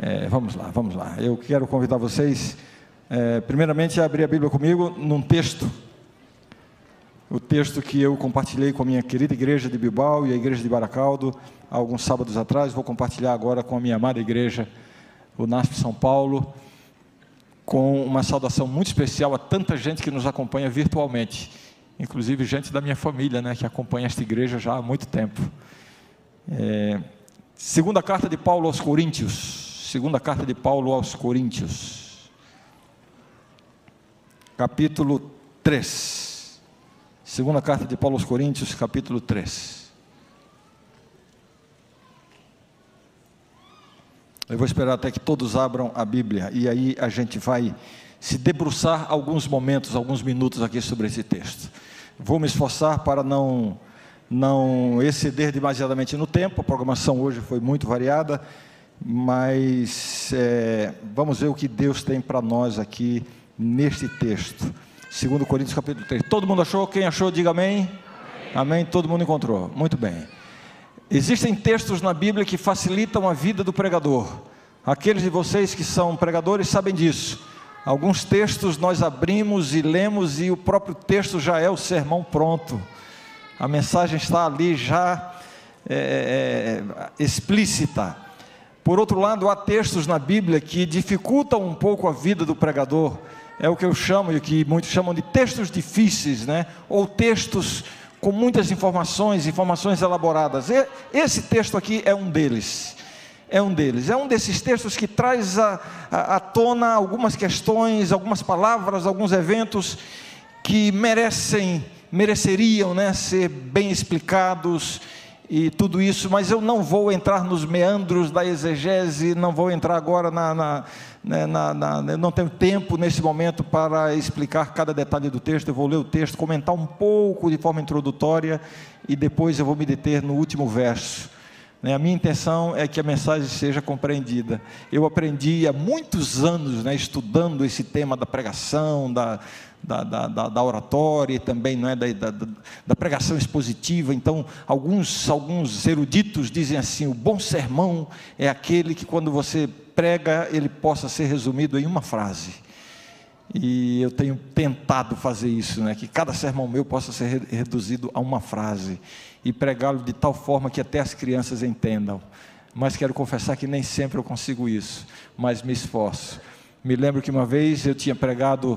Vamos lá. Eu quero convidar vocês, primeiramente, a abrir a Bíblia comigo num texto. O texto que eu compartilhei com a minha querida igreja de Bilbao e a igreja de Baracaldo, há alguns sábados atrás. Vou compartilhar agora com a minha amada igreja, o NASP São Paulo, com uma saudação muito especial a tanta gente que nos acompanha virtualmente, inclusive gente da minha família, né, que acompanha esta igreja já há muito tempo. Segunda carta de Paulo aos Coríntios, capítulo 3. Segunda carta de Paulo aos Coríntios, capítulo 3. Eu vou esperar até que todos abram a Bíblia, e aí a gente vai se debruçar alguns minutos aqui sobre esse texto. Vou me esforçar para não exceder demasiadamente no tempo. A programação hoje foi muito variada, mas vamos ver o que Deus tem para nós aqui neste texto. 2 Coríntios capítulo 3. Todo mundo achou? Quem achou, diga amém. Amém. Todo mundo encontrou. Muito bem. Existem textos na Bíblia que facilitam a vida do pregador. Aqueles de vocês que são pregadores sabem disso. Alguns textos nós abrimos e lemos e o próprio texto já é o sermão pronto. A mensagem está ali já explícita. Por outro lado, há textos na Bíblia que dificultam um pouco a vida do pregador. É o que eu chamo, e o que muitos chamam de textos difíceis, né? Ou textos com muitas informações elaboradas. Esse texto aqui é um deles. É um desses textos que traz à tona algumas questões, algumas palavras, alguns eventos que mereceriam, né, ser bem explicados e tudo isso, mas eu não vou entrar nos meandros da exegese, não vou entrar agora eu não tenho tempo nesse momento para explicar cada detalhe do texto. Eu vou ler o texto, comentar um pouco de forma introdutória e depois eu vou me deter no último verso. A minha intenção é que a mensagem seja compreendida. Eu aprendi há muitos anos, né, estudando esse tema da pregação, da oratória e também, não é, da pregação expositiva. Então, alguns eruditos dizem assim: o bom sermão é aquele que quando você prega, ele possa ser resumido em uma frase. E eu tenho tentado fazer isso, né, que cada sermão meu possa ser reduzido a uma frase e pregá-lo de tal forma que até as crianças entendam. Mas quero confessar que nem sempre eu consigo isso, mas me esforço. Me lembro que uma vez eu tinha pregado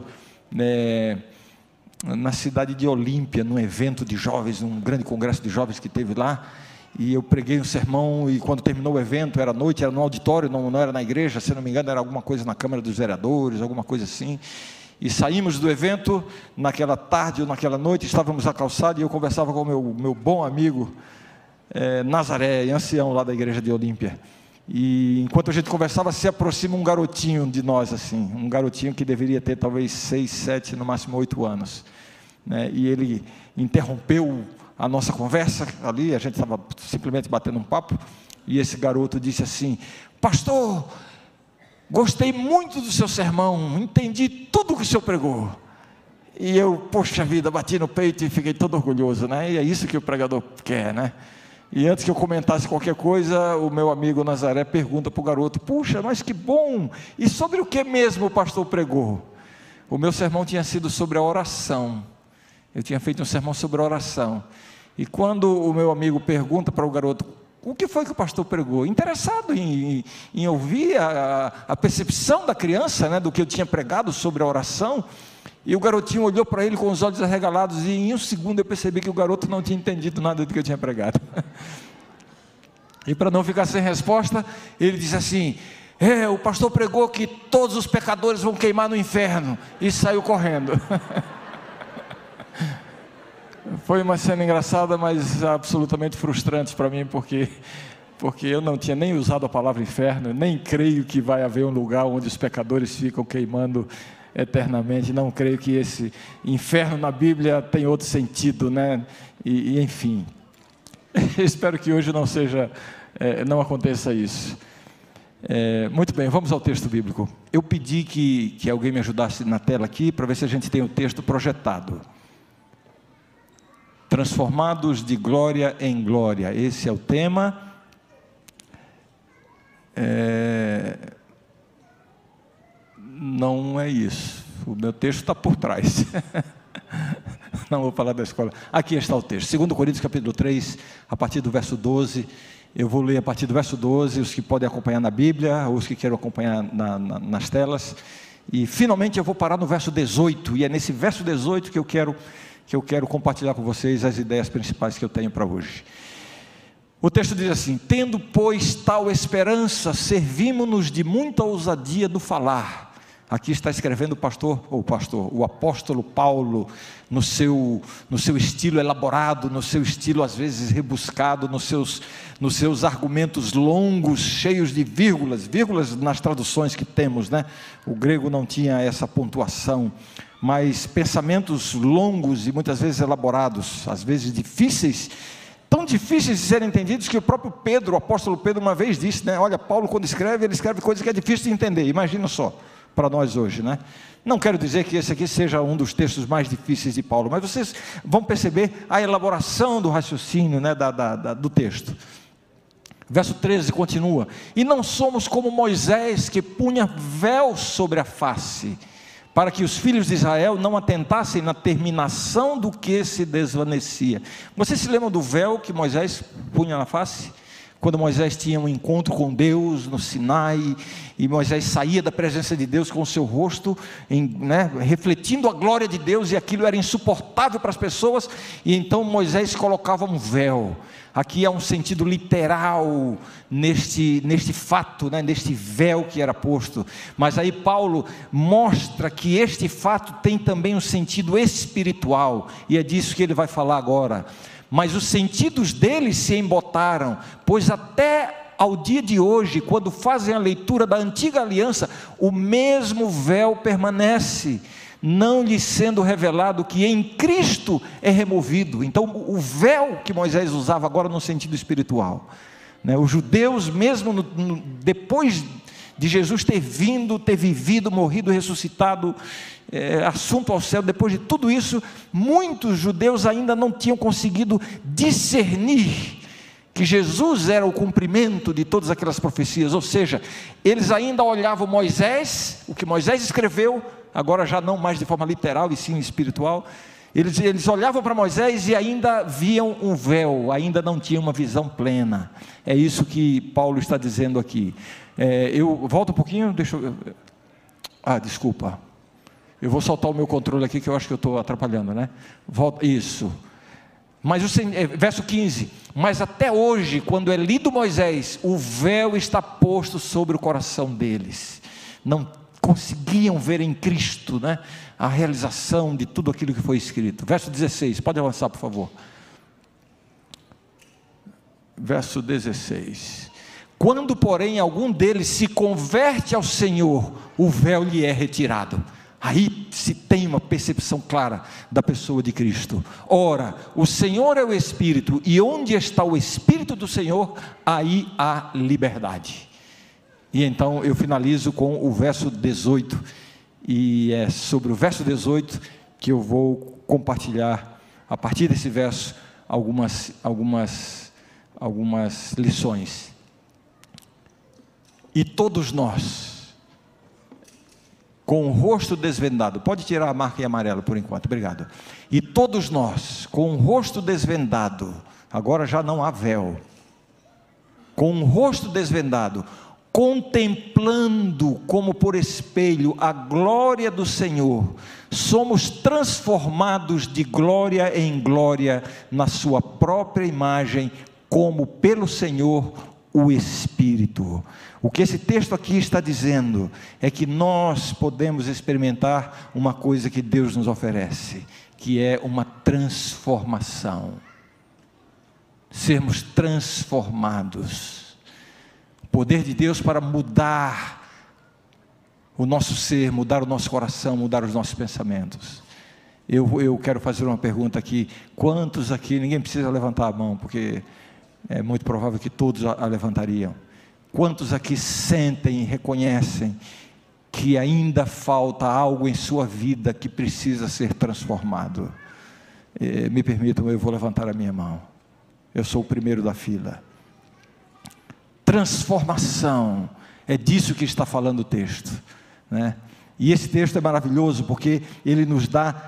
na cidade de Olímpia, num evento de jovens, num grande congresso de jovens que teve lá, e eu preguei um sermão, e quando terminou o evento, era noite, era no auditório, não era na igreja, se não me engano era alguma coisa na Câmara dos Vereadores, alguma coisa assim, e saímos do evento, naquela tarde ou naquela noite, estávamos na calçada, e eu conversava com o meu bom amigo, Nazaré, ancião lá da igreja de Olímpia, e enquanto a gente conversava, se aproxima um garotinho de nós, assim, um garotinho que deveria ter talvez 6, 7, no máximo 8 anos, né? E ele interrompeu a nossa conversa ali, a gente estava simplesmente batendo um papo, e esse garoto disse assim: pastor, gostei muito do seu sermão, entendi tudo o que o senhor pregou. E eu, poxa vida, bati no peito e fiquei todo orgulhoso, né? E é isso que o pregador quer, né? E antes que eu comentasse qualquer coisa, o meu amigo Nazaré pergunta para o garoto: puxa, mas que bom, e sobre o que mesmo o pastor pregou? O meu sermão tinha sido sobre a oração. Eu tinha feito um sermão sobre a oração, e quando o meu amigo pergunta para o garoto: o que foi que o pastor pregou? Interessado em ouvir a percepção da criança, né, do que eu tinha pregado sobre a oração, e o garotinho olhou para ele com os olhos arregalados, e em um segundo eu percebi que o garoto não tinha entendido nada do que eu tinha pregado. E para não ficar sem resposta, ele disse assim: o pastor pregou que todos os pecadores vão queimar no inferno, e saiu correndo. Foi uma cena engraçada, mas absolutamente frustrante para mim, porque eu não tinha nem usado a palavra inferno, nem creio que vai haver um lugar onde os pecadores ficam queimando eternamente. Não creio que esse inferno na Bíblia tem outro sentido, né? E enfim, espero que hoje não aconteça isso. Muito bem, vamos ao texto bíblico. Eu pedi que alguém me ajudasse na tela aqui, para ver se a gente tem o texto projetado. Transformados de glória em glória, esse é o tema. Não é isso. O meu texto está por trás. Não vou falar da escola. Aqui está o texto. 2 Coríntios capítulo 3, a partir do verso 12. Eu vou ler a partir do verso 12, os que podem acompanhar na Bíblia, os que queiram acompanhar nas telas. E finalmente eu vou parar no verso 18. E é nesse verso 18 que eu quero compartilhar com vocês as ideias principais que eu tenho para hoje. O texto diz assim: tendo, pois, tal esperança, servimos-nos de muita ousadia no falar. Aqui está escrevendo o apóstolo Paulo, no seu estilo elaborado, no seu estilo às vezes rebuscado, nos seus argumentos longos, cheios de vírgulas nas traduções que temos, né? O grego não tinha essa pontuação, mas pensamentos longos e muitas vezes elaborados, às vezes difíceis, tão difíceis de serem entendidos que o próprio Pedro, o apóstolo Pedro, uma vez disse, né? Olha, Paulo quando escreve, ele escreve coisas que é difícil de entender, imagina só, para nós hoje, né? Não quero dizer que esse aqui seja um dos textos mais difíceis de Paulo, mas vocês vão perceber a elaboração do raciocínio, né, do texto. Verso 13 continua: e não somos como Moisés, que punha véu sobre a face, para que os filhos de Israel não atentassem na terminação do que se desvanecia. Vocês se lembram do véu que Moisés punha na face? Quando Moisés tinha um encontro com Deus no Sinai, e Moisés saía da presença de Deus com o seu rosto, refletindo a glória de Deus, e aquilo era insuportável para as pessoas, e então Moisés colocava um véu. Aqui há um sentido literal neste fato, neste véu que era posto, mas aí Paulo mostra que este fato tem também um sentido espiritual, e é disso que ele vai falar agora. Mas os sentidos deles se embotaram, pois até ao dia de hoje, quando fazem a leitura da antiga aliança, o mesmo véu permanece, não lhes sendo revelado que em Cristo é removido. Então o véu que Moisés usava agora no sentido espiritual, né? Os judeus mesmo depois de Jesus ter vivido, morrido, ressuscitado, assunto ao céu, depois de tudo isso, muitos judeus ainda não tinham conseguido discernir que Jesus era o cumprimento de todas aquelas profecias, ou seja, eles ainda olhavam Moisés, o que Moisés escreveu, agora já não mais de forma literal e sim espiritual, eles olhavam para Moisés e ainda viam um véu, ainda não tinham uma visão plena. É isso que Paulo está dizendo aqui. Eu volto um pouquinho, desculpa, eu vou soltar o meu controle aqui, que eu acho que eu estou atrapalhando, né? Isso. Mas verso 15: mas até hoje, quando é lido Moisés, o véu está posto sobre o coração deles, não conseguiam ver em Cristo, né, a realização de tudo aquilo que foi escrito. Verso 16, pode avançar por favor. Verso 16: quando porém algum deles se converte ao Senhor, o véu lhe é retirado. Aí se tem uma percepção clara da pessoa de Cristo. Ora, o Senhor é o Espírito, e onde está o Espírito do Senhor, aí há liberdade. E então eu finalizo com o verso 18, e é sobre o verso 18 que eu vou compartilhar, a partir desse verso, algumas lições. E todos nós, com o rosto desvendado, pode tirar a marca em amarelo por enquanto, obrigado. E todos nós, com o rosto desvendado, agora já não há véu, com o rosto desvendado, contemplando como por espelho a glória do Senhor, somos transformados de glória em glória na sua própria imagem, como pelo Senhor o Espírito. O que esse texto aqui está dizendo é que nós podemos experimentar uma coisa que Deus nos oferece, que é uma transformação, sermos transformados, o poder de Deus para mudar o nosso ser, mudar o nosso coração, mudar os nossos pensamentos. Eu quero fazer uma pergunta aqui: quantos aqui, ninguém precisa levantar a mão, porque é muito provável que todos a levantariam. Quantos aqui sentem e reconhecem que ainda falta algo em sua vida que precisa ser transformado? Me permitam, eu vou levantar a minha mão. Eu sou o primeiro da fila. Transformação, é disso que está falando o texto, né? E esse texto é maravilhoso, porque ele nos dá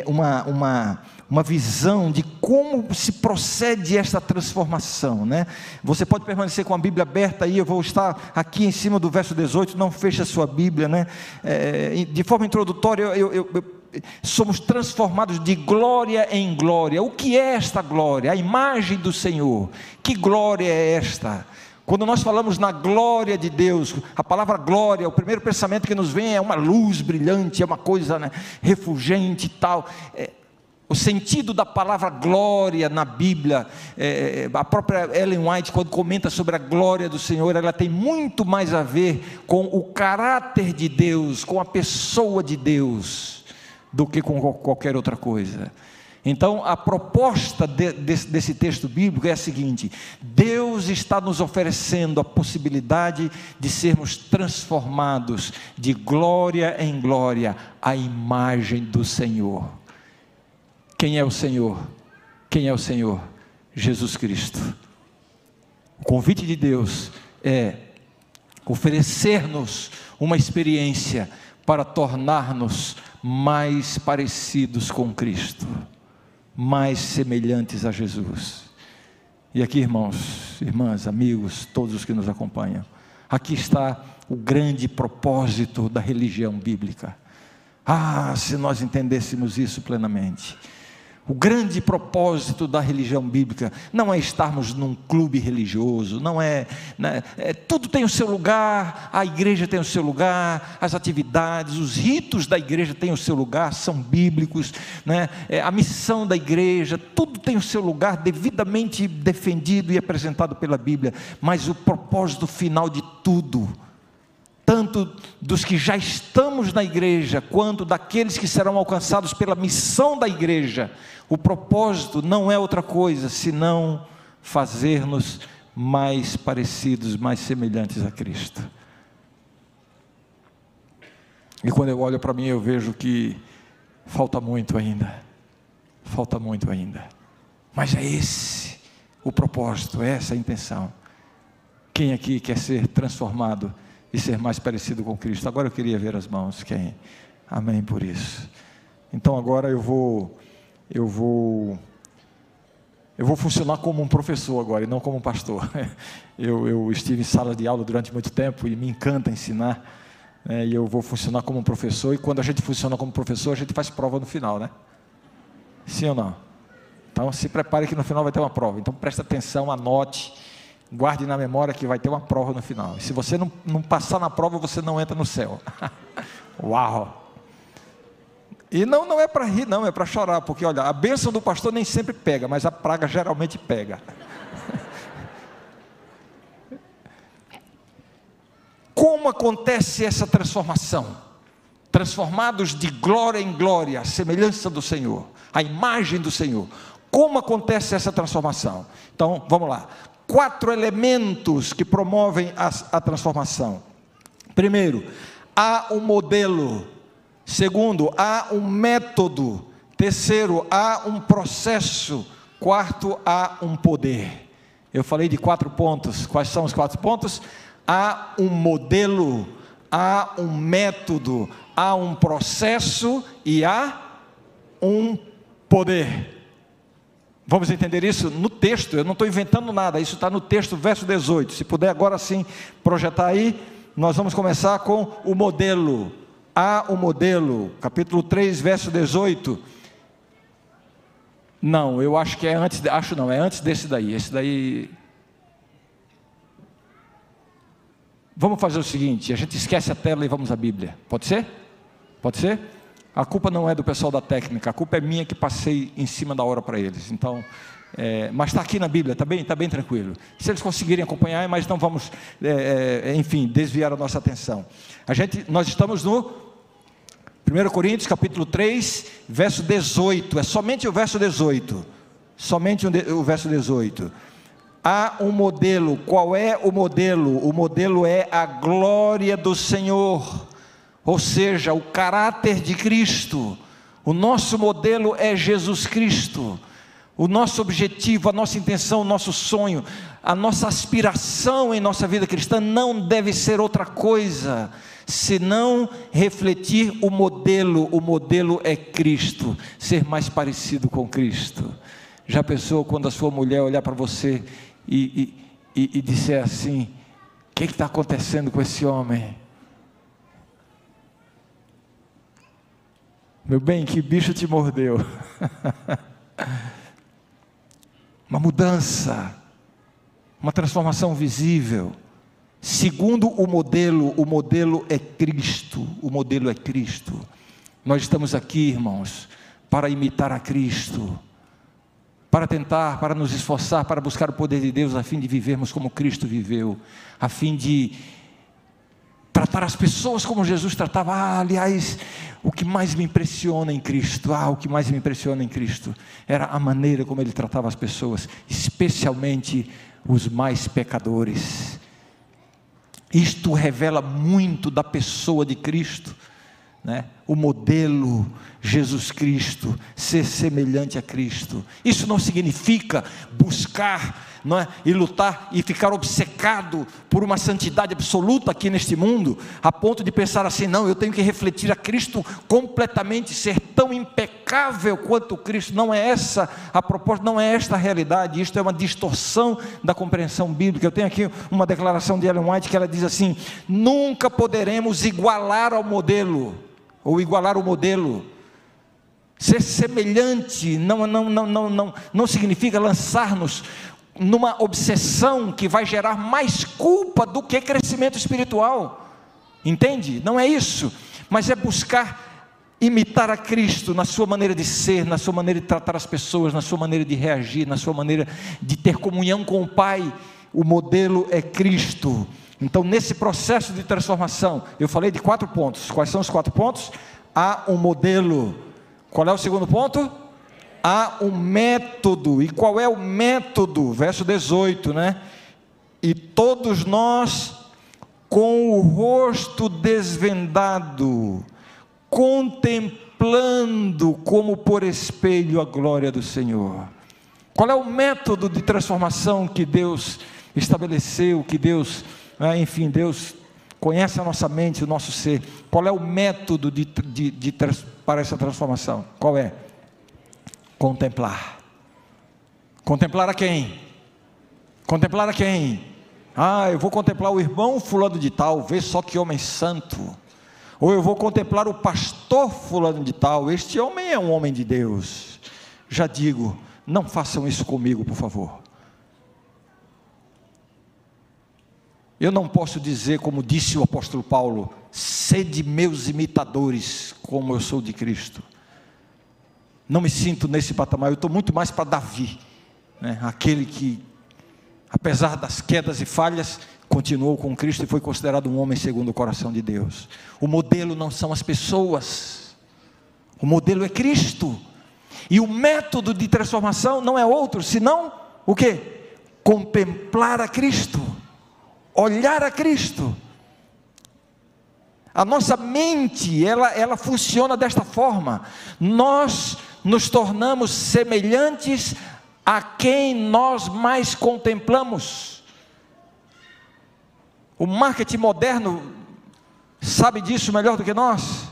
uma visão de como se procede esta transformação, né? Você pode permanecer com a Bíblia aberta aí, eu vou estar aqui em cima do verso 18, não feche a sua Bíblia, né? De forma introdutória, somos transformados de glória em glória. O que é esta glória? A imagem do Senhor. Que glória é esta? Quando nós falamos na glória de Deus, a palavra glória, o primeiro pensamento que nos vem é uma luz brilhante, é uma coisa, né, refulgente e tal. O sentido da palavra glória na Bíblia, a própria Ellen White, quando comenta sobre a glória do Senhor, ela tem muito mais a ver com o caráter de Deus, com a pessoa de Deus, do que com qualquer outra coisa. Então, a proposta desse texto bíblico é a seguinte: Deus está nos oferecendo a possibilidade de sermos transformados de glória em glória à imagem do Senhor. Quem é o Senhor? Quem é o Senhor? Jesus Cristo. O convite de Deus é oferecer-nos uma experiência para tornar-nos mais parecidos com Cristo, mais semelhantes a Jesus. E aqui, irmãos, irmãs, amigos, todos os que nos acompanham, aqui está o grande propósito da religião bíblica. Se nós entendêssemos isso plenamente. O grande propósito da religião bíblica não é estarmos num clube religioso, não é, tudo tem o seu lugar, a igreja tem o seu lugar, as atividades, os ritos da igreja têm o seu lugar, são bíblicos, né? A missão da igreja, tudo tem o seu lugar devidamente defendido e apresentado pela Bíblia, mas o propósito final de tudo, tanto dos que já estamos na igreja, quanto daqueles que serão alcançados pela missão da igreja, o propósito não é outra coisa, senão fazer-nos mais parecidos, mais semelhantes a Cristo. E quando eu olho para mim, eu vejo que falta muito ainda, mas é esse o propósito, é essa a intenção. Quem aqui quer ser transformado e ser mais parecido com Cristo? Agora eu queria ver as mãos, quem? Amém por isso. Então agora eu vou funcionar como um professor agora, e não como um pastor. Eu estive em sala de aula durante muito tempo, e me encanta ensinar, né? E eu vou funcionar como um professor, e quando a gente funciona como professor, a gente faz prova no final, né? Sim ou não? Então se prepare que no final vai ter uma prova, então presta atenção, anote, guarde na memória que vai ter uma prova no final. E se você não passar na prova, você não entra no céu. Uau! E não é para rir, não, é para chorar, porque olha, a bênção do pastor nem sempre pega, mas a praga geralmente pega. Como acontece essa transformação? Transformados de glória em glória, a semelhança do Senhor, a imagem do Senhor. Como acontece essa transformação? Então, vamos lá. 4 elementos que promovem a transformação. Primeiro, há um modelo. Segundo, há um método. Terceiro, há um processo. Quarto, há um poder. Eu falei de 4 pontos. Quais são os 4 pontos? Há um modelo, há um método, há um processo e há um poder. Vamos entender isso no texto, eu não estou inventando nada, isso está no texto, verso 18. Se puder agora sim projetar aí, nós vamos começar com o modelo. Há o modelo, capítulo 3, verso 18. Não, eu acho que é antes, é antes desse daí, esse daí. Vamos fazer o seguinte, a gente esquece a tela e vamos à Bíblia, pode ser? Pode ser? A culpa não é do pessoal da técnica, a culpa é minha que passei em cima da hora para eles. Então, mas está aqui na Bíblia, está bem tranquilo. Se eles conseguirem acompanhar, mas não vamos, enfim, desviar a nossa atenção. Nós estamos no 1 Coríntios, capítulo 3, verso 18. É somente o verso 18. Somente o verso 18. Há um modelo. Qual é o modelo? O modelo é a glória do Senhor, ou seja, o caráter de Cristo. O nosso modelo é Jesus Cristo. O nosso objetivo, a nossa intenção, o nosso sonho, a nossa aspiração em nossa vida cristã não deve ser outra coisa senão refletir o modelo. O modelo é Cristo, ser mais parecido com Cristo. Já pensou quando a sua mulher olhar para você e disser assim: o que está acontecendo com esse homem? Meu bem, que bicho te mordeu? Uma mudança, uma transformação visível, segundo o modelo é Cristo, o modelo é Cristo. Nós estamos aqui, irmãos, para imitar a Cristo, para nos esforçar, para buscar o poder de Deus, a fim de vivermos como Cristo viveu, a fim de tratar as pessoas como Jesus tratava. Aliás, o que mais me impressiona em Cristo, era a maneira como Ele tratava as pessoas, especialmente os mais pecadores. Isto revela muito da pessoa de Cristo, né? O modelo, Jesus Cristo, ser semelhante a Cristo. Isso não significa buscar, não é? E lutar e ficar obcecado por uma santidade absoluta aqui neste mundo, a ponto de pensar assim: não, eu tenho que refletir a Cristo completamente, ser tão impecável quanto Cristo. Não é essa a proposta, não é esta a realidade. Isto é uma distorção da compreensão bíblica. Eu tenho aqui uma declaração de Ellen White que ela diz assim: nunca poderemos igualar ao modelo, ou igualar o modelo. Ser semelhante não significa lançar-nos numa obsessão que vai gerar mais culpa do que crescimento espiritual, entende? Não é isso, mas é buscar imitar a Cristo na sua maneira de ser, na sua maneira de tratar as pessoas, na sua maneira de reagir, na sua maneira de ter comunhão com o Pai. O modelo é Cristo. Então, nesse processo de transformação, eu falei de 4 pontos. Quais são os 4 pontos? Há um modelo. Qual é o segundo ponto? Há um método. E qual é o método? Verso 18, né? E todos nós, com o rosto desvendado, contemplando como por espelho a glória do Senhor. Qual é o método de transformação que Deus estabeleceu, que Deus, Deus conhece a nossa mente, o nosso ser? Qual é o método para essa transformação? Qual é? Contemplar. Contemplar a quem? Contemplar a quem? Eu vou contemplar o irmão fulano de tal, vê só que homem santo. Ou eu vou contemplar o pastor fulano de tal, este homem é um homem de Deus. Já digo, não façam isso comigo, por favor. Eu não posso dizer, como disse o apóstolo Paulo: sede meus imitadores, como eu sou de Cristo. Não me sinto nesse patamar. Eu estou muito mais para Davi, né? Aquele que, apesar das quedas e falhas, continuou com Cristo e foi considerado um homem segundo o coração de Deus. O modelo não são as pessoas, o modelo é Cristo. E o método de transformação não é outro senão o quê? Contemplar a Cristo, olhar a Cristo. A nossa mente, ela funciona desta forma. Nós nos tornamos semelhantes a quem nós mais contemplamos. O marketing moderno sabe disso melhor do que nós.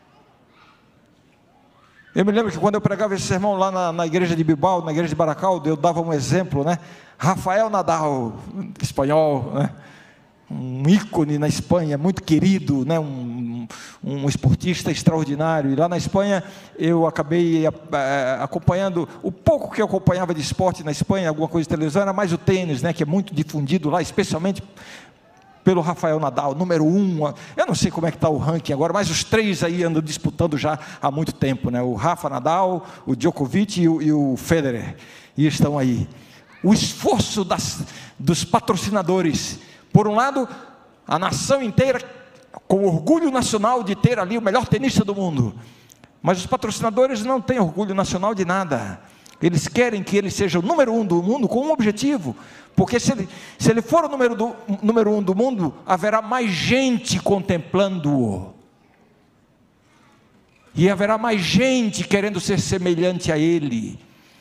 Eu me lembro que quando eu pregava esse sermão lá na igreja de Bilbao, na igreja de Baracaldo, eu dava um exemplo, né? Rafael Nadal, espanhol, né? Um ícone na Espanha, muito querido, né? um esportista extraordinário. E lá na Espanha eu acabei acompanhando, o pouco que eu acompanhava de esporte na Espanha, alguma coisa de televisão, era mais o tênis, né? Que é muito difundido lá, especialmente pelo Rafael Nadal, número 1, eu não sei como é que está o ranking agora, mas os 3 aí andam disputando já há muito tempo, né? O Rafa Nadal, o Djokovic e o Federer, e estão aí. O esforço dos patrocinadores, por um lado, a nação inteira com orgulho nacional de ter ali o melhor tenista do mundo, mas os patrocinadores não têm orgulho nacional de nada. Eles querem que ele seja o número 1 do mundo com um objetivo, porque se ele for o número 1 do mundo, haverá mais gente contemplando-o, e haverá mais gente querendo ser semelhante a ele.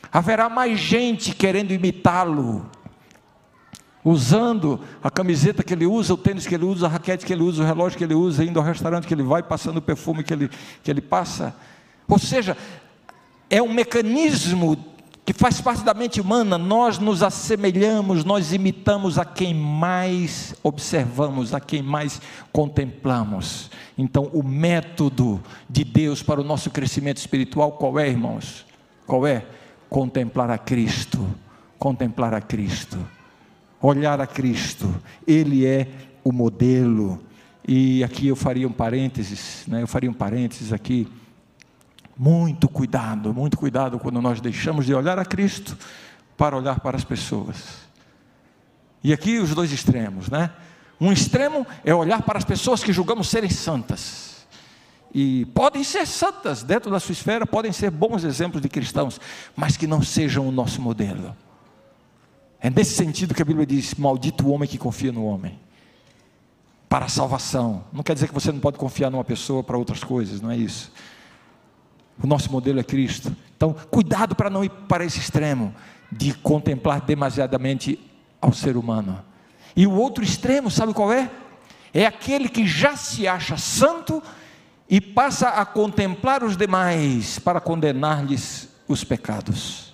Haverá mais gente querendo imitá-lo, usando a camiseta que ele usa, o tênis que ele usa, a raquete que ele usa, o relógio que ele usa, indo ao restaurante que ele vai, passando o perfume que ele passa. Ou seja, é um mecanismo que faz parte da mente humana. Nós nos assemelhamos, nós imitamos a quem mais observamos, a quem mais contemplamos. Então, o método de Deus para o nosso crescimento espiritual, qual é, irmãos? Qual é? Contemplar a Cristo, contemplar a Cristo, olhar a Cristo. Ele é o modelo. E aqui eu faria um parênteses, eu faria um parênteses aqui. Muito cuidado quando nós deixamos de olhar a Cristo para olhar para as pessoas. E aqui os dois extremos, Um extremo é olhar para as pessoas que julgamos serem santas. E podem ser santas dentro da sua esfera, podem ser bons exemplos de cristãos, mas que não sejam o nosso modelo. É nesse sentido que a Bíblia diz: maldito o homem que confia no homem para a salvação. Não quer dizer que você não pode confiar numa pessoa para outras coisas, não é isso. O nosso modelo é Cristo. Então, cuidado para não ir para esse extremo de contemplar demasiadamente ao ser humano. E o outro extremo, sabe qual é? É aquele que já se acha santo e passa a contemplar os demais para condenar-lhes os pecados.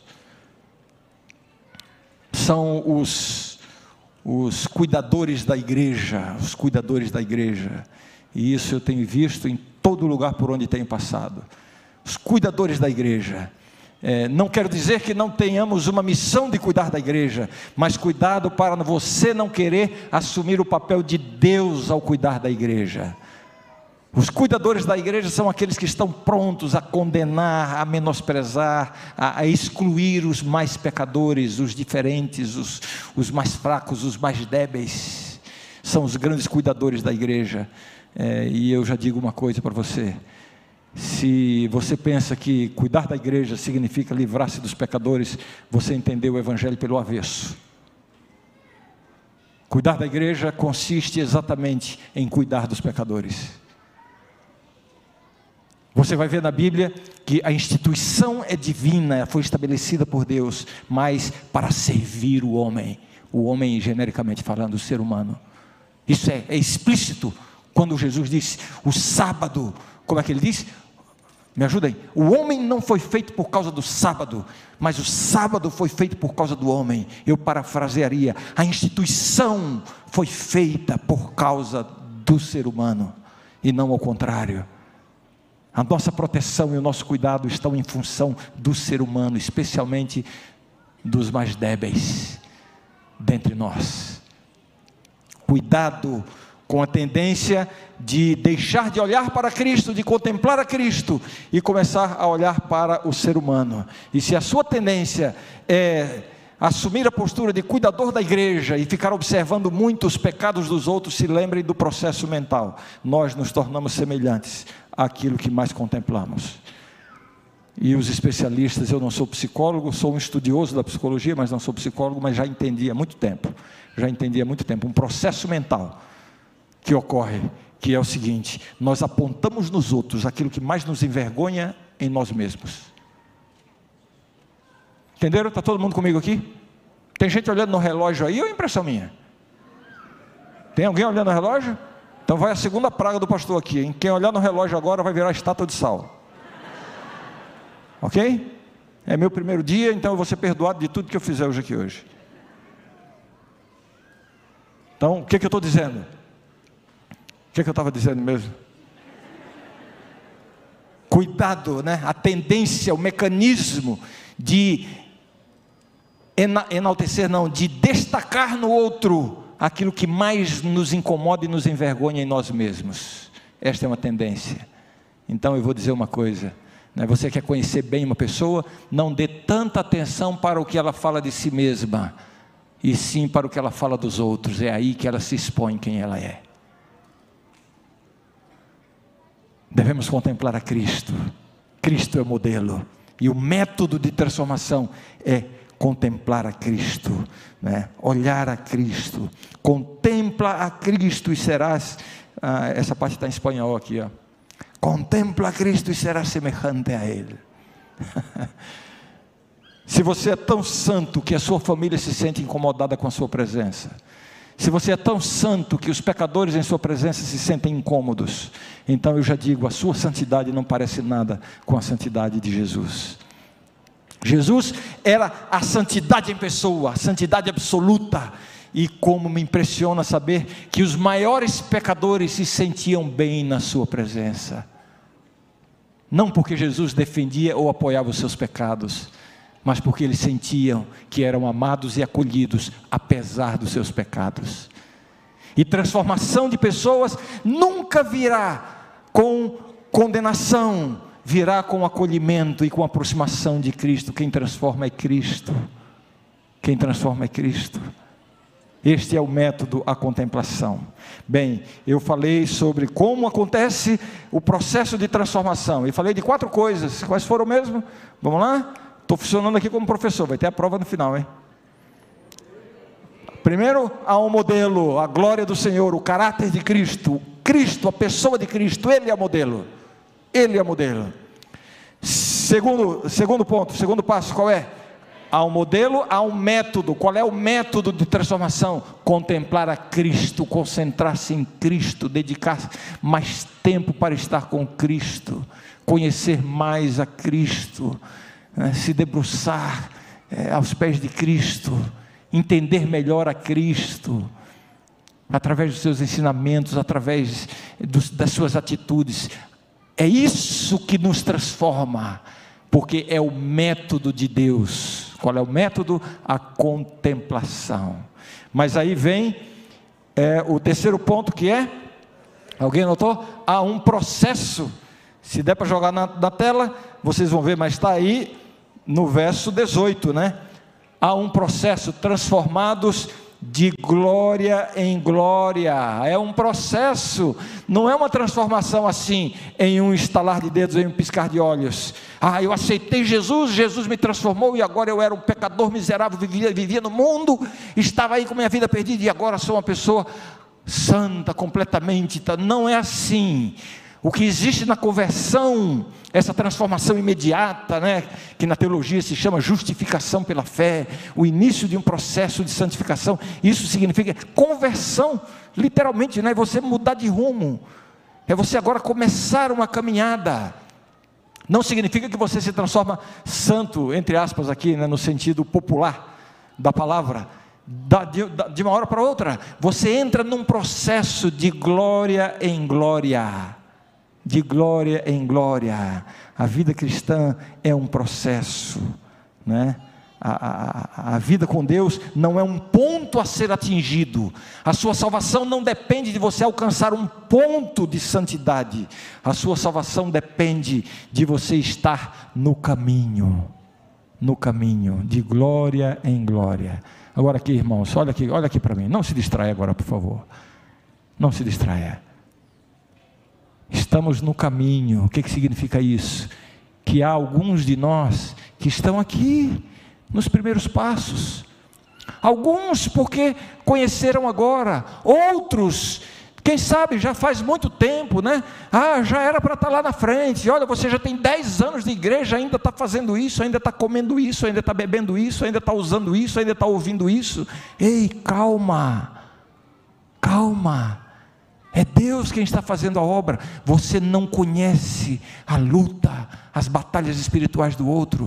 São os cuidadores da igreja, os cuidadores da igreja. E isso eu tenho visto em todo lugar por onde tenho passado. Os cuidadores da igreja. Não quero dizer que não tenhamos uma missão de cuidar da igreja, mas cuidado para você não querer assumir o papel de Deus ao cuidar da igreja. Os cuidadores da igreja são aqueles que estão prontos a condenar, a menosprezar, a excluir os mais pecadores, os diferentes, os mais fracos, os mais débeis. São os grandes cuidadores da igreja. E eu já digo uma coisa para você: se você pensa que cuidar da igreja significa livrar-se dos pecadores, você entendeu o evangelho pelo avesso. Cuidar da igreja consiste exatamente em cuidar dos pecadores. Você vai ver na Bíblia que a instituição é divina, foi estabelecida por Deus, mas para servir o homem, genericamente falando, o ser humano. Isso é explícito quando Jesus disse: o sábado, como é que ele disse? Me ajudem. O homem não foi feito por causa do sábado, mas o sábado foi feito por causa do homem. Eu parafrasearia: a instituição foi feita por causa do ser humano, e não ao contrário. A nossa proteção e o nosso cuidado estão em função do ser humano, especialmente dos mais débeis dentre nós. Cuidado com a tendência de deixar de olhar para Cristo, de contemplar a Cristo e começar a olhar para o ser humano. E se a sua tendência é assumir a postura de cuidador da igreja e ficar observando muito os pecados dos outros, se lembrem do processo mental. Nós nos tornamos semelhantes àquilo que mais contemplamos. E os especialistas, eu não sou psicólogo, sou um estudioso da psicologia, mas não sou psicólogo, mas já entendi há muito tempo, um processo mental que ocorre, que é o seguinte: nós apontamos nos outros aquilo que mais nos envergonha em nós mesmos. Entenderam? Está todo mundo comigo aqui? Tem gente olhando no relógio aí ou é impressão minha? Tem alguém olhando no relógio? Então vai a segunda praga do pastor aqui, hein? Quem olhar no relógio agora vai virar estátua de sal. Ok? É meu primeiro dia, então eu vou ser perdoado de tudo que eu fizer hoje. Então, o que eu estou dizendo? O que eu estava dizendo mesmo? Cuidado, a tendência, o mecanismo de enaltecer, de destacar no outro aquilo que mais nos incomoda e nos envergonha em nós mesmos. Esta é uma tendência. Então eu vou dizer uma coisa: você quer conhecer bem uma pessoa, não dê tanta atenção para o que ela fala de si mesma, e sim para o que ela fala dos outros. É aí que ela se expõe quem ela é. Devemos contemplar a Cristo. Cristo é o modelo, e o método de transformação é contemplar a Cristo, olhar a Cristo. Contempla a Cristo e serás, essa parte está em espanhol aqui, contempla a Cristo e serás semejante a Ele. Se você é tão santo que a sua família se sente incomodada com a sua presença, se você é tão santo que os pecadores em sua presença se sentem incômodos, então eu já digo, a sua santidade não parece nada com a santidade de Jesus. Jesus era a santidade em pessoa, a santidade absoluta. E como me impressiona saber que os maiores pecadores se sentiam bem na sua presença. Não porque Jesus defendia ou apoiava os seus pecados, mas porque eles sentiam que eram amados e acolhidos, apesar dos seus pecados. E transformação de pessoas nunca virá com condenação, virá com acolhimento e com aproximação de Cristo. Quem transforma é Cristo. Quem transforma é Cristo. Este é o método, a contemplação. Bem, eu falei sobre como acontece o processo de transformação, e falei de 4 coisas. Quais foram mesmo? Vamos lá? Estou funcionando aqui como professor, vai ter a prova no final, hein? Primeiro, há um modelo, a glória do Senhor, o caráter de Cristo. Cristo, a pessoa de Cristo, Ele é o modelo. Ele é o modelo. Segundo ponto, segundo passo, qual é? Há um modelo, há um método. Qual é o método de transformação? Contemplar a Cristo, concentrar-se em Cristo, dedicar mais tempo para estar com Cristo, conhecer mais a Cristo, se debruçar aos pés de Cristo, entender melhor a Cristo, através dos seus ensinamentos, através das suas atitudes. É isso que nos transforma, porque é o método de Deus. Qual é o método? A contemplação. Mas aí vem o terceiro ponto, que é, alguém notou? Há um processo. Se der para jogar na tela, vocês vão ver, mas está aí no verso 18, né? Há um processo, transformados de glória em glória. É um processo, não é uma transformação assim, em um estalar de dedos, em um piscar de olhos. Eu aceitei Jesus, Jesus me transformou, e agora eu era um pecador miserável, vivia no mundo, estava aí com minha vida perdida, e agora sou uma pessoa santa completamente. Não é assim. O que existe na conversão, essa transformação imediata, né, que na teologia se chama justificação pela fé, o início de um processo de santificação, isso significa conversão, literalmente, né, você mudar de rumo, é você agora começar uma caminhada. Não significa que você se transforma santo, entre aspas aqui, né, no sentido popular da palavra, de uma hora para outra. Você entra num processo de glória em glória. De glória em glória. A vida cristã é um processo, né? A vida com Deus não é um ponto a ser atingido. A sua salvação não depende de você alcançar um ponto de santidade. A sua salvação depende de você estar no caminho, de glória em glória. Agora aqui, irmãos, olha aqui para mim. Não se distraia agora, por favor. Não se distraia. Estamos no caminho. O que significa isso? Que há alguns de nós que estão aqui nos primeiros passos. Alguns porque conheceram agora, outros, quem sabe já faz muito tempo, né? Já era para estar lá na frente. Olha, você já tem 10 anos de igreja, ainda está fazendo isso, ainda está comendo isso, ainda está bebendo isso, ainda está usando isso, ainda está ouvindo isso. Ei, calma, calma. É Deus quem está fazendo a obra. Você não conhece a luta, as batalhas espirituais do outro.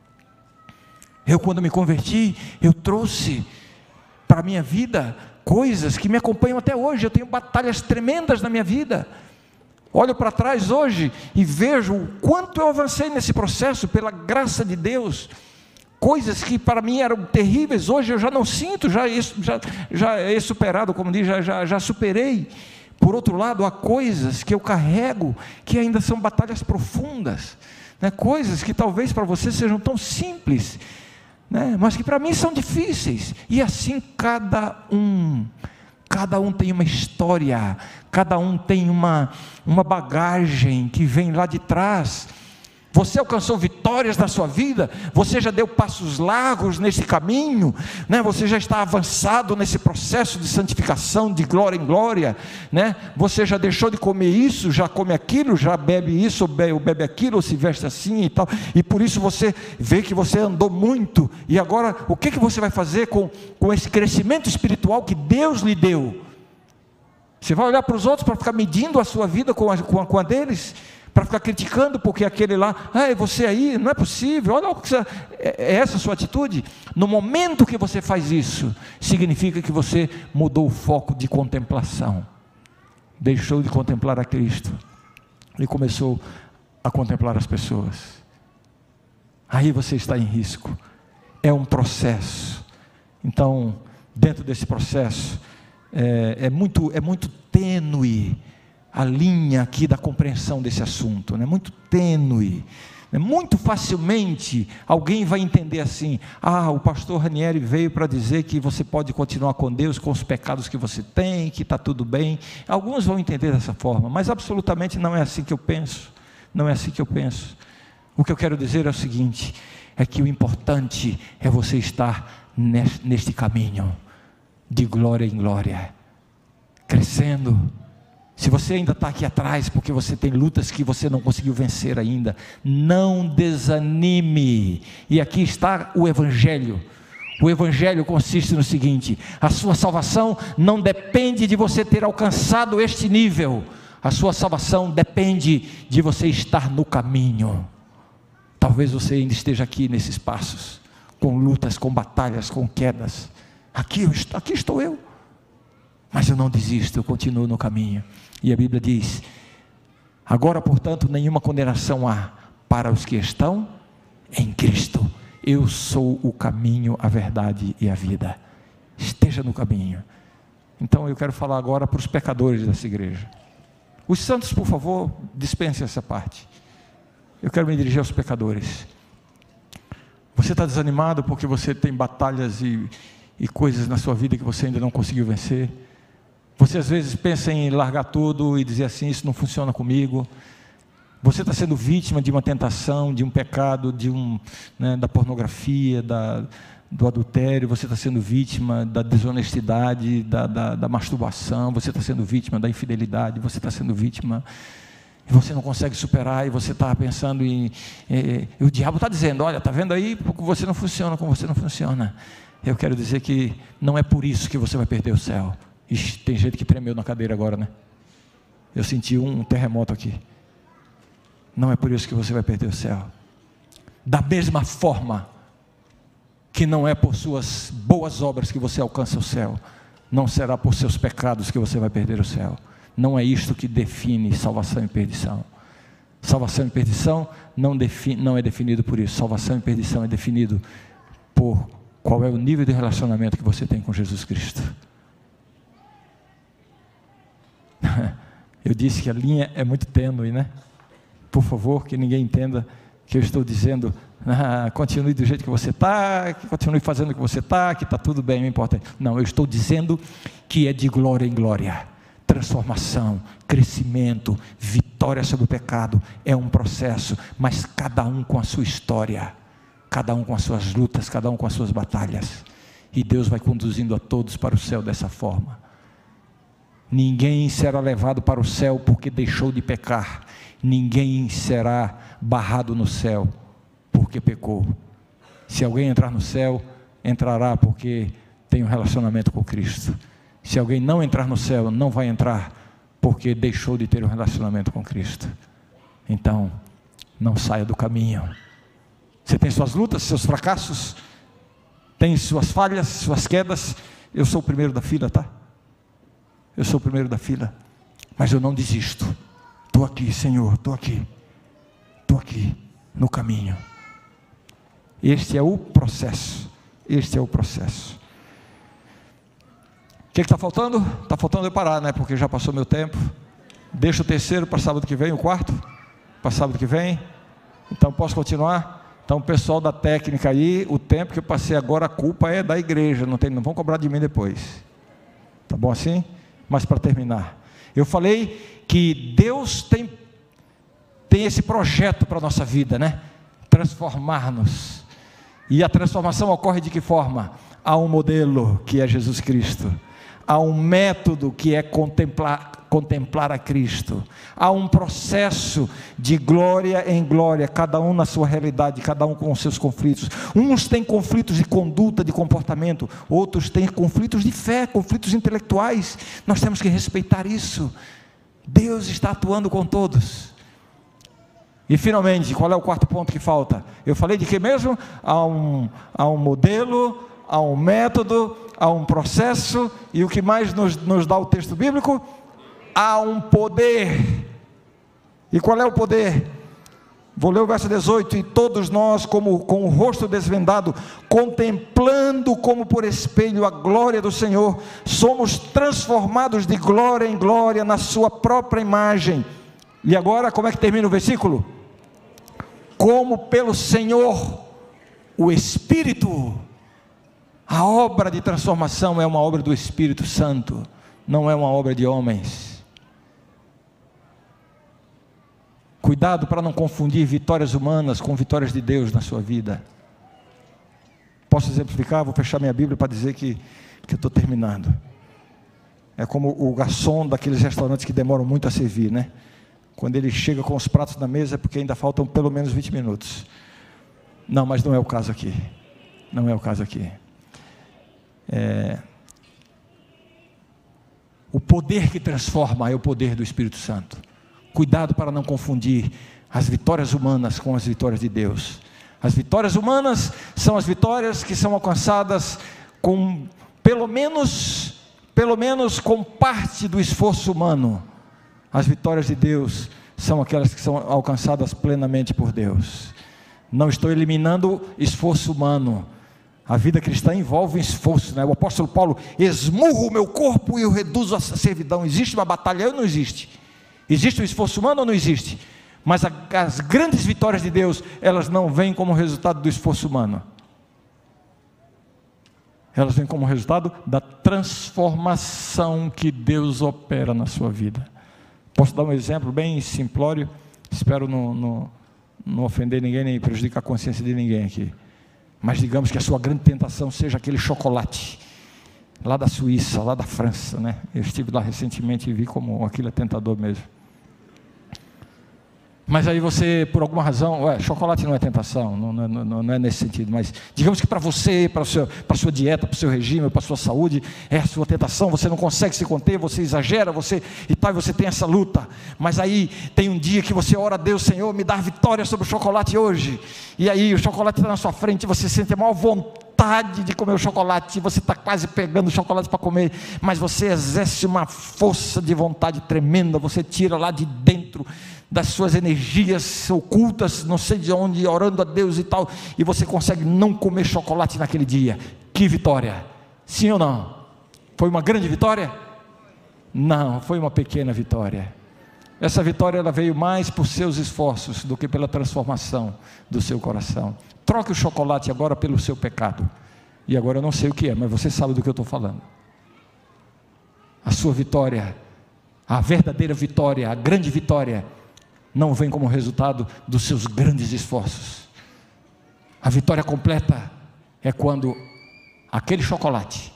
Eu, quando me converti, eu trouxe para a minha vida coisas que me acompanham até hoje. Eu tenho batalhas tremendas na minha vida. Olho para trás hoje e vejo o quanto eu avancei nesse processo, pela graça de Deus. Coisas que para mim eram terríveis, hoje eu já não sinto, já é superado, como diz, já superei. Por outro lado, há coisas que eu carrego que ainda são batalhas profundas, né? Coisas que talvez para você sejam tão simples, né? Mas que para mim são difíceis. E assim cada um tem uma história, cada um tem uma bagagem que vem lá de trás. Você alcançou vitórias na sua vida, você já deu passos largos nesse caminho, né? Você já está avançado nesse processo de santificação, de glória em glória, né? Você já deixou de comer isso, já come aquilo, já bebe isso, ou bebe aquilo, ou se veste assim e tal, e por isso você vê que você andou muito, e agora o que você vai fazer com esse crescimento espiritual que Deus lhe deu? Você vai olhar para os outros para ficar medindo a sua vida com a deles? Para ficar criticando porque aquele lá, você aí, não é possível, olha o que você, é essa a sua atitude? No momento que você faz isso, significa que você mudou o foco de contemplação, deixou de contemplar a Cristo e começou a contemplar as pessoas. Aí você está em risco. É um processo. Então, dentro desse processo, é muito tênue a linha aqui da compreensão desse assunto, né? Muito tênue, né? Muito facilmente alguém vai entender assim: o pastor Ranieri veio para dizer que você pode continuar com Deus com os pecados que você tem, que está tudo bem. Alguns vão entender dessa forma, mas absolutamente não é assim que eu penso, não é assim que eu penso. O que eu quero dizer é o seguinte, é que o importante é você estar neste caminho, de glória em glória, crescendo. Se você ainda está aqui atrás, porque você tem lutas que você não conseguiu vencer ainda, não desanime. E aqui está o Evangelho. O Evangelho consiste no seguinte: a sua salvação não depende de você ter alcançado este nível, a sua salvação depende de você estar no caminho. Talvez você ainda esteja aqui nesses passos, com lutas, com batalhas, com quedas. Aqui estou eu, mas eu não desisto, eu continuo no caminho. E a Bíblia diz: agora, portanto, nenhuma condenação há para os que estão em Cristo. Eu sou o caminho, a verdade e a vida. Esteja no caminho. Então eu quero falar agora para os pecadores dessa igreja. Os santos, por favor, dispensem essa parte. Eu quero me dirigir aos pecadores. Você está desanimado porque você tem batalhas e coisas na sua vida que você ainda não conseguiu vencer? Você às vezes pensa em largar tudo e dizer assim: isso não funciona comigo. Você está sendo vítima de uma tentação, de um pecado, da pornografia, do adultério. Você está sendo vítima da desonestidade, da masturbação. Você está sendo vítima da infidelidade. Você está sendo vítima e você não consegue superar, e você está pensando e o diabo está dizendo: olha, está vendo aí, porque você não funciona, como você não funciona. Eu quero dizer que não é por isso que você vai perder o céu. Ixi, tem gente que tremeu na cadeira agora, né? Eu senti um terremoto aqui. Não é por isso que você vai perder o céu. Da mesma forma que não é por suas boas obras que você alcança o céu, não será por seus pecados que você vai perder o céu. Não é isto que define salvação e perdição. Salvação e perdição não é definido por isso. Salvação e perdição é definido por qual é o nível de relacionamento que você tem com Jesus Cristo. Eu disse que a linha é muito tênue, né? Por favor, que ninguém entenda que eu estou dizendo: continue do jeito que você está, que continue fazendo o que você está, que está tudo bem, não importa. Não, eu estou dizendo que é de glória em glória. Transformação, crescimento, vitória sobre o pecado, é um processo, mas cada um com a sua história, cada um com as suas lutas, cada um com as suas batalhas, e Deus vai conduzindo a todos para o céu dessa forma. Ninguém será levado para o céu porque deixou de pecar, ninguém será barrado no céu porque pecou. Se alguém entrar no céu, entrará porque tem um relacionamento com Cristo. Se alguém não entrar no céu, não vai entrar porque deixou de ter um relacionamento com Cristo. Então, não saia do caminho. Você tem suas lutas, seus fracassos, tem suas falhas, suas quedas. Eu sou o primeiro da fila, tá? Eu sou o primeiro da fila, mas eu não desisto. Estou aqui, Senhor, estou aqui no caminho. Este é o processo. Este é o processo. O que está faltando? Está faltando eu parar, né? Porque já passou meu tempo. Deixa o terceiro para sábado que vem, o quarto para sábado que vem. Então posso continuar? Então o pessoal da técnica aí, o tempo que eu passei agora, a culpa é da igreja, não vão cobrar de mim depois. Tá bom assim? Mas para terminar, eu falei que Deus tem tem esse projeto para a nossa vida, né? Transformar-nos. E a transformação ocorre de que forma? Há um modelo, que é Jesus Cristo. Há um método, que é contemplar a Cristo. Há um processo de glória em glória, cada um na sua realidade, cada um com os seus conflitos. Uns têm conflitos de conduta, de comportamento, outros têm conflitos de fé, conflitos intelectuais. Nós temos que respeitar isso. Deus está atuando com todos. E finalmente, qual é o quarto ponto que falta? Eu falei de que mesmo? Há um modelo, há um método, há um processo, e o que mais nos dá o texto bíblico? Há um poder. E qual é o poder? Vou ler o verso 18: e todos nós, como com o rosto desvendado, contemplando como por espelho a glória do Senhor, somos transformados de glória em glória na sua própria imagem. E agora, como é que termina o versículo? Como pelo Senhor, o Espírito. A obra de transformação é uma obra do Espírito Santo, não é uma obra de homens. Cuidado para não confundir vitórias humanas com vitórias de Deus na sua vida. Posso exemplificar? Vou fechar minha Bíblia para dizer que eu estou terminando. É como o garçom daqueles restaurantes que demoram muito a servir, né? Quando ele chega com os pratos na mesa é porque ainda faltam pelo menos 20 minutos. Não, mas não é o caso aqui. Não é o caso aqui. O poder que transforma é o poder do Espírito Santo. Cuidado para não confundir as vitórias humanas com as vitórias de Deus. As vitórias humanas são as vitórias que são alcançadas com pelo menos com parte do esforço humano. As vitórias de Deus são aquelas que são alcançadas plenamente por Deus. Não estou eliminando esforço humano. A vida cristã envolve esforço, né? O apóstolo Paulo: esmurro o meu corpo e o reduzo à servidão. Existe uma batalha ou não existe? Existe o esforço humano ou não existe? Mas as grandes vitórias de Deus, elas não vêm como resultado do esforço humano. Elas vêm como resultado da transformação que Deus opera na sua vida. Posso dar um exemplo bem simplório? Espero não ofender ninguém, nem prejudicar a consciência de ninguém aqui. Mas digamos que a sua grande tentação seja aquele chocolate, lá da Suíça, lá da França, né? Eu estive lá recentemente e vi como aquilo é tentador mesmo. Mas aí você, por alguma razão, chocolate não é tentação, não é nesse sentido, mas digamos que para você, para a sua dieta, para o seu regime, para a sua saúde, é a sua tentação, você não consegue se conter, você exagera, você tem essa luta. Mas aí tem um dia que você ora a Deus: Senhor, me dá vitória sobre o chocolate hoje. E aí o chocolate está na sua frente, você sente a maior vontade de comer o chocolate, você está quase pegando o chocolate para comer, mas você exerce uma força de vontade tremenda, você tira lá de dentro das suas energias ocultas, não sei de onde, orando a Deus e tal, e você consegue não comer chocolate naquele dia. Que vitória! Sim ou não? Foi uma grande vitória? Não, foi uma pequena vitória. Essa vitória ela veio mais por seus esforços do que pela transformação do seu coração. Troque o chocolate agora pelo seu pecado. E agora eu não sei o que é, mas você sabe do que eu estou falando. A sua vitória, a verdadeira vitória, a grande vitória, não vem como resultado dos seus grandes esforços. A vitória completa é quando aquele chocolate,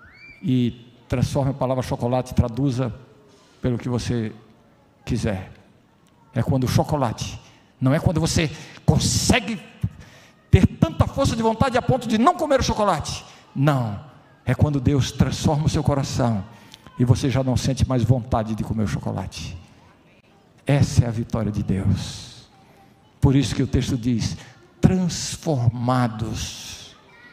e transforme a palavra chocolate, traduza pelo que você quiser. É quando o chocolate, não é quando você consegue ter tanta força de vontade a ponto de não comer o chocolate. Não, é quando Deus transforma o seu coração e você já não sente mais vontade de comer o chocolate. Essa é a vitória de Deus. Por isso que o texto diz: transformados.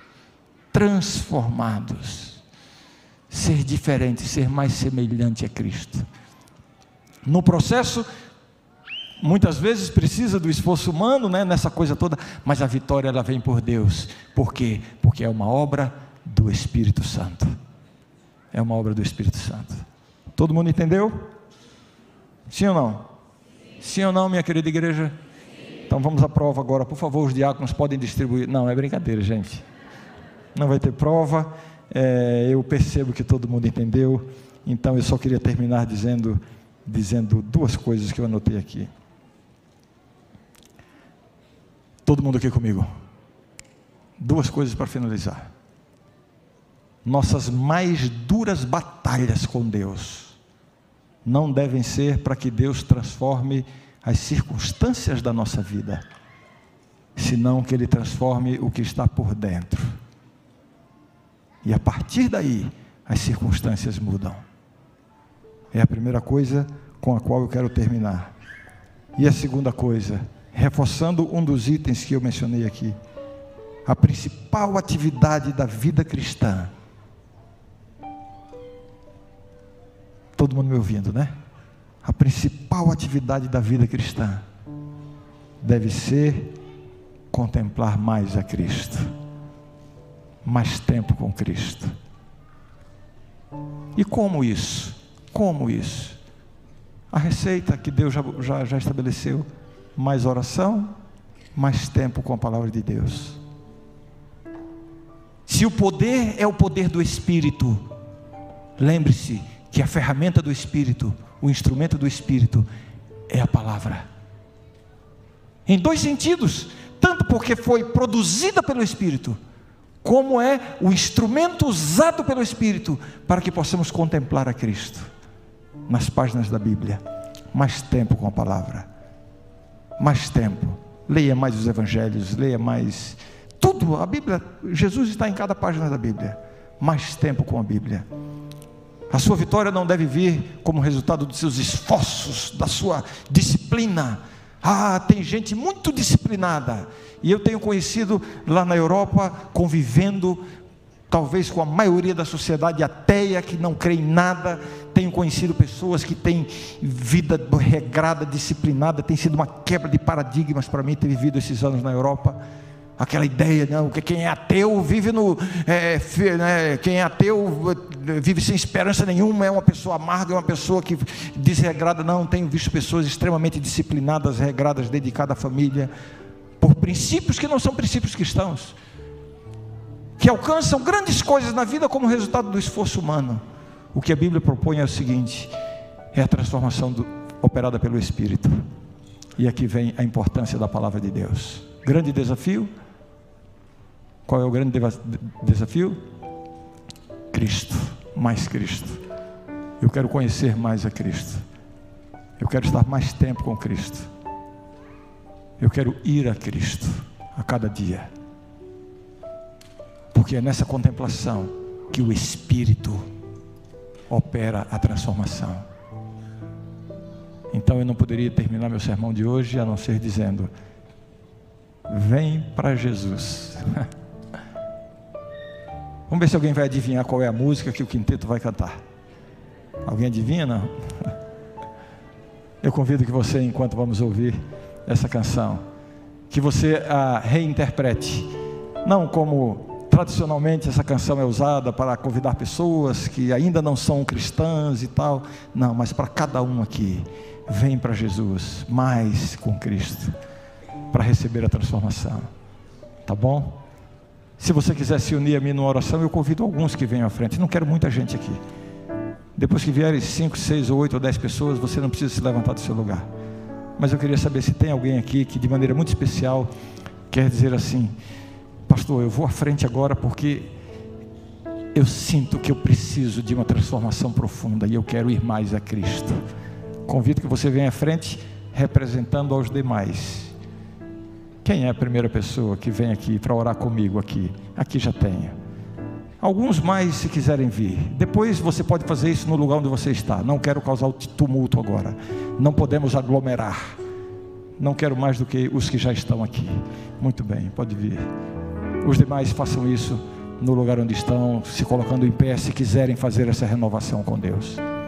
Transformados. Ser diferente, ser mais semelhante a Cristo. No processo, muitas vezes precisa do esforço humano, né, nessa coisa toda, mas a vitória ela vem por Deus. Por quê? Porque é uma obra do Espírito Santo. É uma obra do Espírito Santo. Todo mundo entendeu? Sim ou não? Sim ou não, minha querida igreja? Então vamos à prova agora, por favor. Os diáconos podem distribuir. Não, é brincadeira, gente. Não vai ter prova. Eu percebo que todo mundo entendeu. Então eu só queria terminar dizendo duas coisas que eu anotei aqui. Todo mundo aqui comigo? Duas coisas para finalizar. Nossas mais duras batalhas com Deus não devem ser para que Deus transforme as circunstâncias da nossa vida, senão que Ele transforme o que está por dentro. E a partir daí, as circunstâncias mudam. É a primeira coisa com a qual eu quero terminar. E a segunda coisa, reforçando um dos itens que eu mencionei aqui, a principal atividade da vida cristã. Todo mundo me ouvindo, né? A principal atividade da vida cristã deve ser contemplar mais a Cristo, mais tempo com Cristo. E como isso? Como isso? A receita que Deus já estabeleceu: mais oração, mais tempo com a palavra de Deus. Se o poder é o poder do Espírito, lembre-se que a ferramenta do Espírito, o instrumento do Espírito, é a palavra. Em dois sentidos: tanto porque foi produzida pelo Espírito, como é o instrumento usado pelo Espírito para que possamos contemplar a Cristo nas páginas da Bíblia. Mais tempo com a palavra, mais tempo. Leia mais os evangelhos, leia mais tudo. A Bíblia, Jesus está em cada página da Bíblia. Mais tempo com a Bíblia. A sua vitória não deve vir como resultado dos seus esforços, da sua disciplina. Tem gente muito disciplinada, e eu tenho conhecido lá na Europa, convivendo talvez com a maioria da sociedade ateia, que não crê em nada. Tenho conhecido pessoas que têm vida regrada, disciplinada. Tem sido uma quebra de paradigmas para mim ter vivido esses anos na Europa. Aquela ideia, não, que quem é ateu vive quem é ateu vive sem esperança nenhuma, é uma pessoa amarga, é uma pessoa que desregrada. Não, tenho visto pessoas extremamente disciplinadas, regradas, dedicadas à família, por princípios que não são princípios cristãos, que alcançam grandes coisas na vida como resultado do esforço humano. O que a Bíblia propõe é o seguinte: é a transformação operada pelo Espírito. E aqui vem a importância da palavra de Deus. Grande desafio. Qual é o grande desafio? Cristo, mais Cristo. Eu quero conhecer mais a Cristo. Eu quero estar mais tempo com Cristo. Eu quero ir a Cristo a cada dia. Porque é nessa contemplação que o Espírito opera a transformação. Então eu não poderia terminar meu sermão de hoje a não ser dizendo: vem para Jesus. Vamos ver se alguém vai adivinhar qual é a música que o quinteto vai cantar. Alguém adivinha? Não? Eu convido que você, enquanto vamos ouvir essa canção, que você a reinterprete, não como tradicionalmente essa canção é usada para convidar pessoas que ainda não são cristãs e tal. Não, mas para cada um aqui: vem para Jesus, mais com Cristo, para receber a transformação. Tá bom? Se você quiser se unir a mim numa oração, eu convido alguns que venham à frente. Não quero muita gente aqui. Depois que vierem 5, 6 ou 8 ou 10 pessoas, você não precisa se levantar do seu lugar. Mas eu queria saber se tem alguém aqui que de maneira muito especial quer dizer assim: pastor, eu vou à frente agora porque eu sinto que eu preciso de uma transformação profunda e eu quero ir mais a Cristo. Convido que você venha à frente representando aos demais. Quem é a primeira pessoa que vem aqui para orar comigo aqui? Aqui já tenho. Alguns mais, se quiserem vir. Depois você pode fazer isso no lugar onde você está. Não quero causar tumulto agora. Não podemos aglomerar. Não quero mais do que os que já estão aqui. Muito bem, pode vir. Os demais façam isso no lugar onde estão, se colocando em pé, se quiserem fazer essa renovação com Deus.